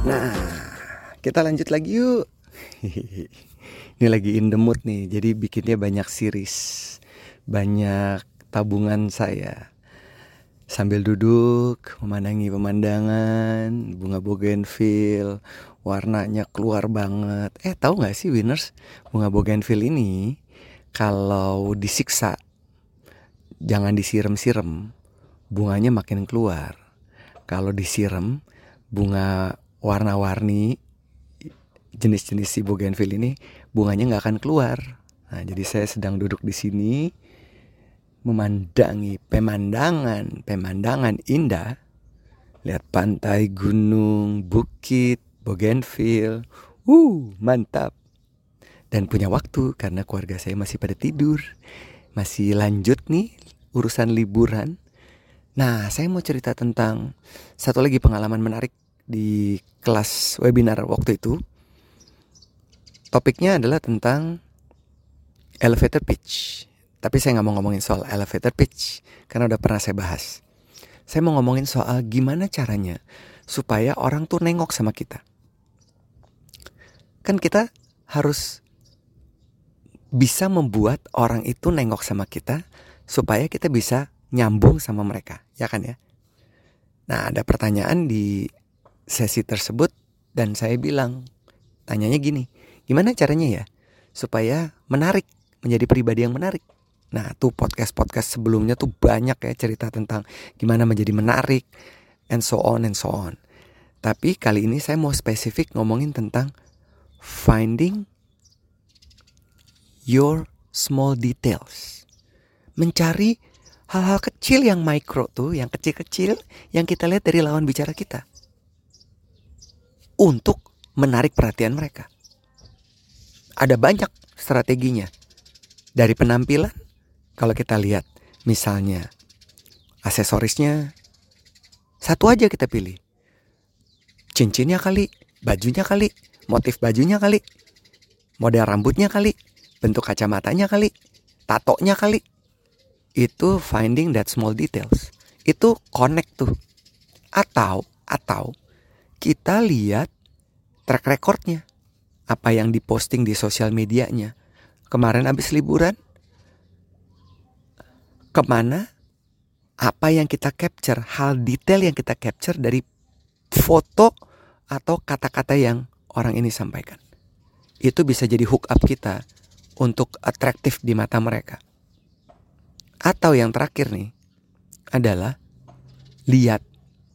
Nah, kita lanjut lagi yuk. Ini lagi in the mood nih, jadi bikinnya banyak series, banyak tabungan saya. Sambil duduk, memandangi pemandangan, bunga bougainville, warnanya keluar banget. Tahu gak sih winners, bunga bougainville ini kalau disiksa, jangan disiram-siram, bunganya makin keluar. Kalau disiram, bunga warna-warni jenis-jenis si bougainville ini bunganya nggak akan keluar. Nah, jadi saya sedang duduk di sini memandangi pemandangan indah, lihat pantai, gunung, bukit, bougainville, mantap. Dan punya waktu karena keluarga saya masih pada tidur, masih lanjut nih urusan liburan. Nah, saya mau cerita tentang satu lagi pengalaman menarik di kelas webinar waktu itu. Topiknya adalah tentang elevator pitch. Tapi saya gak mau ngomongin soal elevator pitch, karena udah pernah saya bahas. Saya mau ngomongin soal gimana caranya supaya orang tuh nengok sama kita. Kan kita harus bisa membuat orang itu nengok sama kita, supaya kita bisa nyambung sama mereka, ya kan ya? Nah, ada pertanyaan di sesi tersebut, dan saya bilang, tanyanya gini, gimana caranya ya supaya menarik, menjadi pribadi yang menarik? Nah, tuh podcast sebelumnya tuh banyak ya cerita tentang gimana menjadi menarik, and so on. Tapi kali ini saya mau spesifik ngomongin tentang finding your small details. Mencari hal-hal kecil yang micro tuh, yang kecil-kecil yang kita lihat dari lawan bicara kita, untuk menarik perhatian mereka. Ada banyak strateginya. Dari penampilan, kalau kita lihat misalnya aksesorisnya, satu aja kita pilih. Cincinnya kali, bajunya kali, motif bajunya kali, model rambutnya kali, bentuk kacamatanya kali, tatonya kali. Itu finding that small details. Itu connect tuh. Atau kita lihat track recordnya, apa yang diposting di sosial medianya. Kemarin abis liburan, kemana, apa yang kita capture, hal detail yang kita capture dari foto atau kata-kata yang orang ini sampaikan. Itu bisa jadi hook up kita untuk atraktif di mata mereka. Atau yang terakhir nih adalah lihat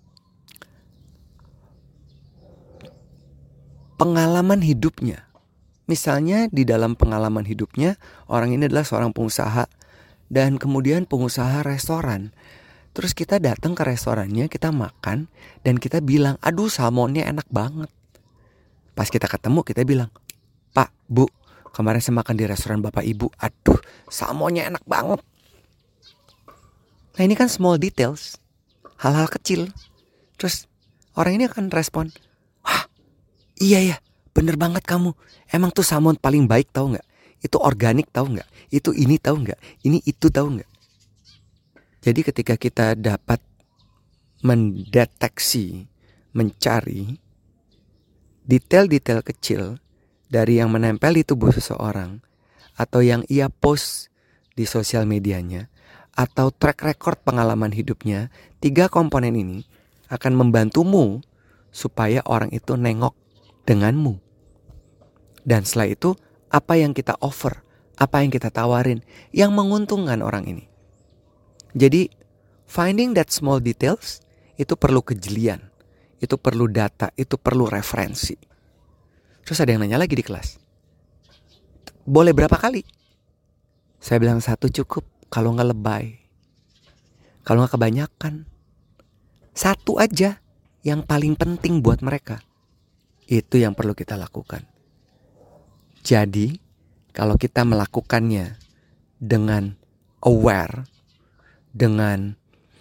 pengalaman hidupnya. Misalnya di dalam pengalaman hidupnya, orang ini adalah seorang pengusaha dan kemudian pengusaha restoran. Terus kita datang ke restorannya, kita makan dan kita bilang, aduh salmonnya enak banget. Pas kita ketemu kita bilang, Pak, Bu, kemarin saya makan di restoran Bapak Ibu, aduh salmonnya enak banget. Nah, ini kan small details, hal-hal kecil. Terus orang ini akan respon, wah iya ya, bener banget kamu. Emang tuh salmon paling baik tahu gak? Itu organik tahu gak? Itu ini tahu gak? Ini itu tahu gak? Jadi ketika kita dapat mendeteksi, mencari detail-detail kecil dari yang menempel di tubuh seseorang, atau yang ia post di sosial medianya, atau track record pengalaman hidupnya, 3 komponen ini akan membantumu supaya orang itu nengok denganmu. Dan setelah itu, apa yang kita offer, apa yang kita tawarin yang menguntungkan orang ini. Jadi finding that small details itu perlu kejelian, itu perlu data, itu perlu referensi. Terus ada yang nanya lagi di kelas, boleh berapa kali? Saya bilang 1 cukup, kalau gak lebay, kalau gak kebanyakan. 1 aja yang paling penting buat mereka. Itu yang perlu kita lakukan. Jadi kalau kita melakukannya dengan aware, dengan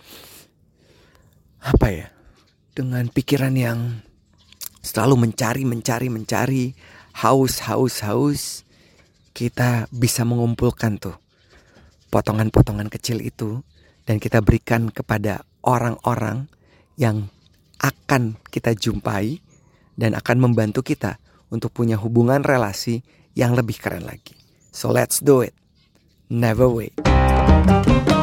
dengan pikiran yang selalu mencari, haus, kita bisa mengumpulkan tuh potongan-potongan kecil itu, dan kita berikan kepada orang-orang yang akan kita jumpai dan akan membantu kita untuk punya hubungan relasi yang lebih keren lagi. So let's do it. Never wait.